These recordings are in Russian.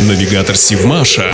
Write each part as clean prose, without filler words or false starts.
Навигатор Севмаша.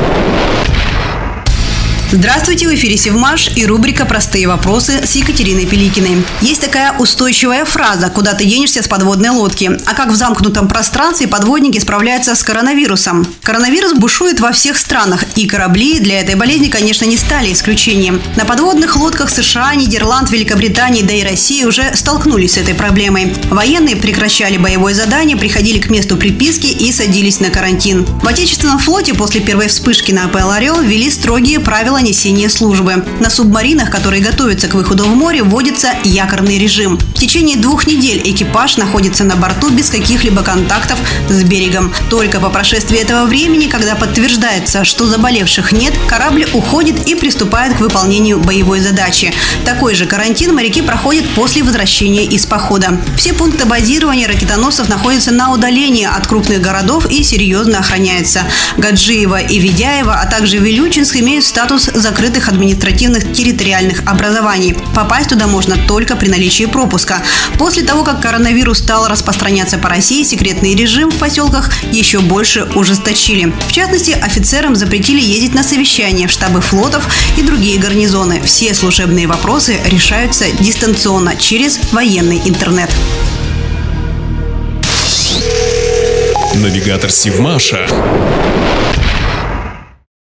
Здравствуйте, в эфире Севмаш и рубрика «Простые вопросы» с Екатериной Пеликиной. Есть такая устойчивая фраза «Куда ты денешься с подводной лодки?». А как в замкнутом пространстве подводники справляются с коронавирусом? Коронавирус бушует во всех странах, и корабли для этой болезни, конечно, не стали исключением. На подводных лодках США, Нидерланд, Великобритании, да и России уже столкнулись с этой проблемой. Военные прекращали боевое задание, приходили к месту приписки и садились на карантин. В отечественном флоте после первой вспышки на АПЛ «Орел» ввели строгие правила несения службы. На субмаринах, которые готовятся к выходу в море, вводится якорный режим. В течение 2 недель экипаж находится на борту без каких-либо контактов с берегом. Только по прошествии этого времени, когда подтверждается, что заболевших нет, корабль уходит и приступает к выполнению боевой задачи. Такой же карантин моряки проходят после возвращения из похода. Все пункты базирования ракетоносцев находятся на удалении от крупных городов и серьезно охраняются. Гаджиево и Ведяево, а также Вилючинск имеют статус закрытых административных территориальных образований. Попасть туда можно только при наличии пропуска. После того, как коронавирус стал распространяться по России, секретный режим в поселках еще больше ужесточили. В частности, офицерам запретили ездить на совещания в штабы флотов и другие гарнизоны. Все служебные вопросы решаются дистанционно через военный интернет. Навигатор Севмаша.